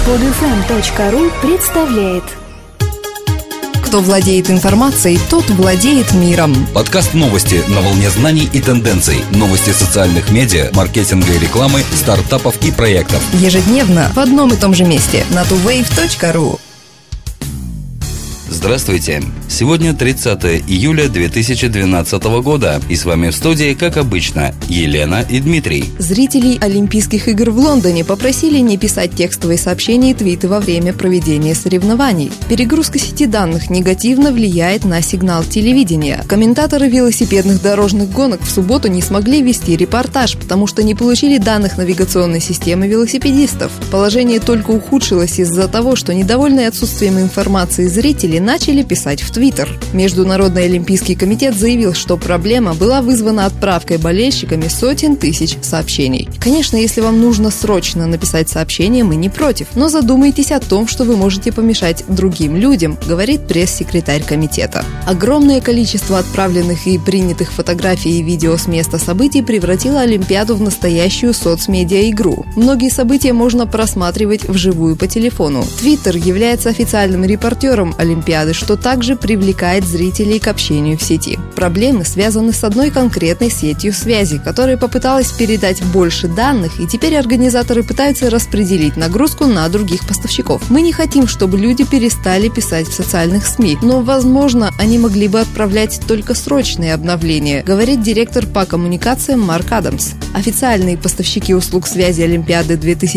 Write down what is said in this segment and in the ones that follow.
Podfm.ru представляет. Кто владеет информацией, тот владеет миром. Подкаст новости на волне знаний и тенденций. Новости социальных медиа, маркетинга и рекламы, стартапов и проектов. Ежедневно в одном и том же месте на tuwave.ru. Здравствуйте! Сегодня 30 июля 2012 года. И с вами в студии, как обычно, Елена и Дмитрий. Зрителей Олимпийских игр в Лондоне попросили не писать текстовые сообщения и твиты во время проведения соревнований. Перегрузка сети данных негативно влияет на сигнал телевидения. Комментаторы велосипедных дорожных гонок в субботу не смогли вести репортаж, потому что не получили данных навигационной системы велосипедистов. Положение только ухудшилось из-за того, что недовольные отсутствием информации зрители начали писать в Твиттер. Международный олимпийский комитет заявил, что проблема была вызвана отправкой болельщиками сотен тысяч сообщений. Конечно, если вам нужно срочно написать сообщение, мы не против, но задумайтесь о том, что вы можете помешать другим людям, говорит пресс-секретарь комитета. Огромное количество отправленных и принятых фотографий и видео с места событий превратило Олимпиаду в настоящую соцмедиа-игру. Многие события можно просматривать вживую по телефону. Твиттер является официальным репортером Олимпиады, что также привлекает зрителей к общению в сети. Проблемы связаны с одной конкретной сетью связи, которая попыталась передать больше данных, и теперь организаторы пытаются распределить нагрузку на других поставщиков. Мы не хотим, чтобы люди перестали писать в социальных СМИ, но, возможно, они могли бы отправлять только срочные обновления, говорит директор по коммуникациям Марк Адамс. Официальные поставщики услуг связи Олимпиады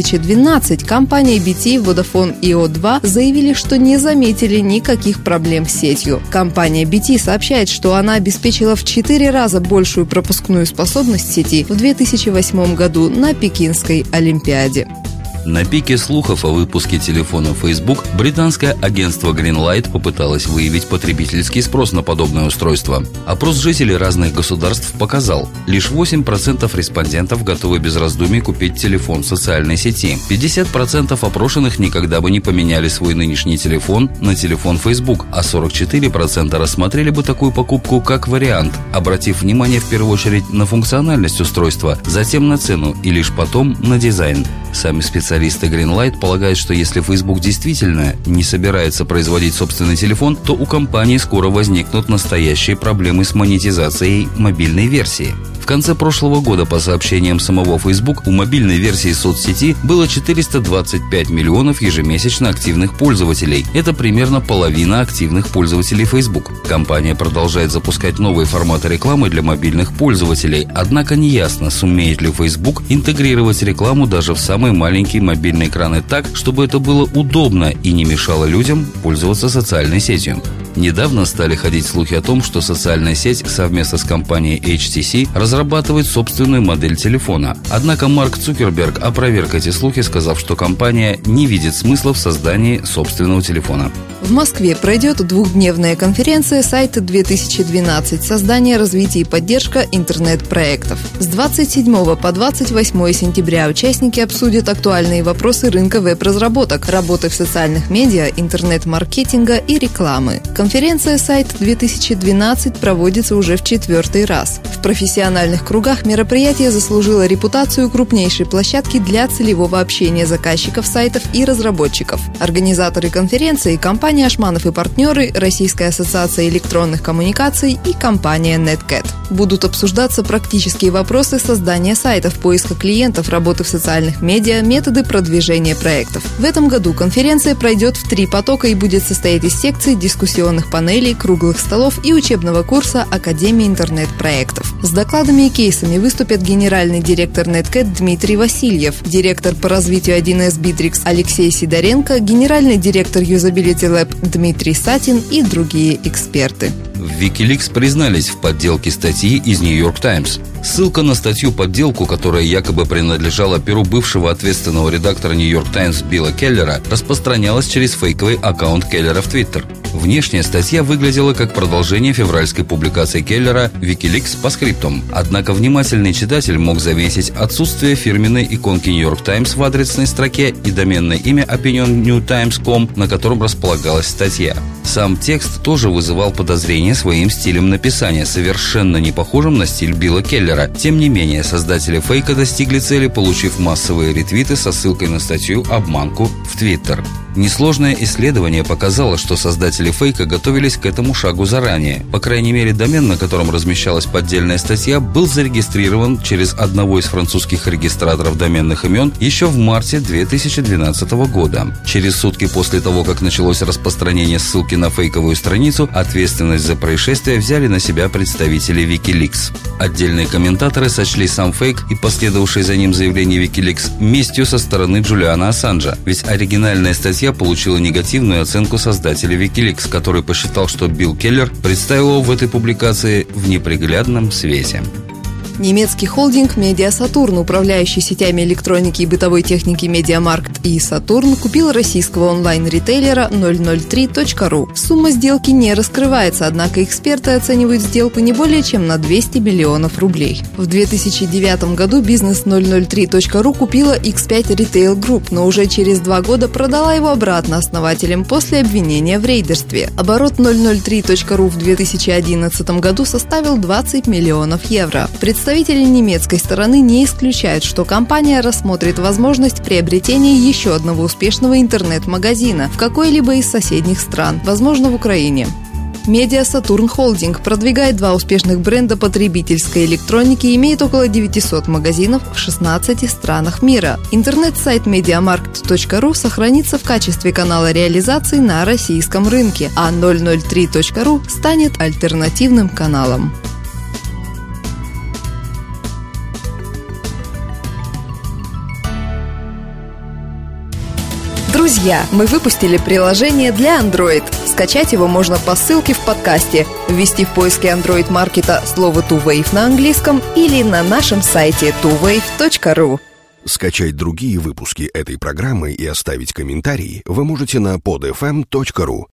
2012, компания BT, Vodafone и O2 заявили, что не заметили никаких проблем с сетью. Компания BT сообщает, что она обеспечила в 4 раза большую пропускную способность сети в 2008 году на Пекинской Олимпиаде. На пике слухов о выпуске телефона Facebook британское агентство Greenlight попыталось выявить потребительский спрос на подобное устройство. Опрос жителей разных государств показал, лишь 8% респондентов готовы без раздумий купить телефон в социальной сети. 50% опрошенных никогда бы не поменяли свой нынешний телефон на телефон Facebook, а 44% рассмотрели бы такую покупку как вариант, обратив внимание в первую очередь на функциональность устройства, затем на цену и лишь потом на дизайн. Сами специалисты Greenlight полагают, что если Facebook действительно не собирается производить собственный телефон, то у компании скоро возникнут настоящие проблемы с монетизацией мобильной версии. В конце прошлого года, по сообщениям самого Facebook, у мобильной версии соцсети было 425 миллионов ежемесячно активных пользователей. Это примерно половина активных пользователей Facebook. Компания продолжает запускать новые форматы рекламы для мобильных пользователей, однако неясно, сумеет ли Facebook интегрировать рекламу даже в самые маленькие мобильные экраны так, чтобы это было удобно и не мешало людям пользоваться социальной сетью. Недавно стали ходить слухи о том, что социальная сеть совместно с компанией HTC разрабатывает собственную модель телефона. Однако Марк Цукерберг опроверг эти слухи, сказав, что компания не видит смысла в создании собственного телефона. В Москве пройдет двухдневная конференция сайта 2012 «Создание, развитие и поддержка интернет-проектов». С 27 по 28 сентября участники обсудят актуальные вопросы рынка веб-разработок, работы в социальных медиа, интернет-маркетинга и рекламы. Конференция «Сайт 2012» проводится уже в 4-й раз. В профессиональных кругах мероприятие заслужило репутацию крупнейшей площадки для целевого общения заказчиков сайтов и разработчиков. Организаторы конференции – компания «Ашманов и партнеры», Российская ассоциация электронных коммуникаций и компания NetCat. Будут обсуждаться практические вопросы создания сайтов, поиска клиентов, работы в социальных медиа, методы продвижения проектов. В этом году конференция пройдет в 3 потока и будет состоять из секций, дискуссионных панелей, круглых столов и учебного курса Академии интернет-проектов. С докладами и кейсами выступят генеральный директор NetCat Дмитрий Васильев, директор по развитию 1С Bittrex Алексей Сидоренко, генеральный директор Usability Lab Дмитрий Сатин и другие эксперты. В WikiLeaks признались в подделке статьи из New York Times. Ссылка на статью-подделку, которая якобы принадлежала перу бывшего ответственного редактора New York Times Билла Келлера, распространялась через фейковый аккаунт Келлера в Twitter. Внешне статья выглядела как продолжение февральской публикации Келлера «Wikileaks по скриптум». Однако внимательный читатель мог заметить отсутствие фирменной иконки New York Times в адресной строке и доменное имя opinionnewtimes.com, на котором располагалась статья. Сам текст тоже вызывал подозрения своим стилем написания, совершенно не похожим на стиль Билла Келлера. Тем не менее, создатели фейка достигли цели, получив массовые ретвиты со ссылкой на статью «Обманку» в Твиттер. Несложное исследование показало, что создатели фейка готовились к этому шагу заранее. По крайней мере, домен, на котором размещалась поддельная статья, был зарегистрирован через одного из французских регистраторов доменных имен еще в марте 2012 года. Через сутки после того, как началось распространение ссылки на фейковую страницу, ответственность за происшествие взяли на себя представители Wikileaks. Отдельные комментаторы сочли сам фейк и последовавшее за ним заявление Wikileaks местью со стороны Джулиана Ассанжа, ведь оригинальная статья получила негативную оценку создателя Wikileaks, который посчитал, что Билл Келлер представил его в этой публикации в неприглядном свете. Немецкий холдинг «Медиасатурн», управляющий сетями электроники и бытовой техники «Медиамаркт» и «Сатурн», купил российского онлайн-ритейлера 003.ru. Сумма сделки не раскрывается, однако эксперты оценивают сделку не более чем на 200 миллионов рублей. В 2009 году бизнес 003.ru купила X5 Retail Group, но уже через 2 года продала его обратно основателям после обвинения в рейдерстве. Оборот 003.ru в 2011 году составил 20 миллионов евро. Представители немецкой стороны не исключают, что компания рассмотрит возможность приобретения еще одного успешного интернет-магазина в какой-либо из соседних стран, возможно, в Украине. Медиасатурн Холдинг продвигает 2 успешных бренда потребительской электроники и имеет около 900 магазинов в 16 странах мира. Интернет-сайт mediamarkt.ru сохранится в качестве канала реализации на российском рынке, а 003.ru станет альтернативным каналом. Друзья, мы выпустили приложение для Android. Скачать его можно по ссылке в подкасте, ввести в поиске Android маркета слово TwoWave на английском или на нашем сайте twowave.ru. Скачать другие выпуски этой программы и оставить комментарии вы можете на podfm.ru.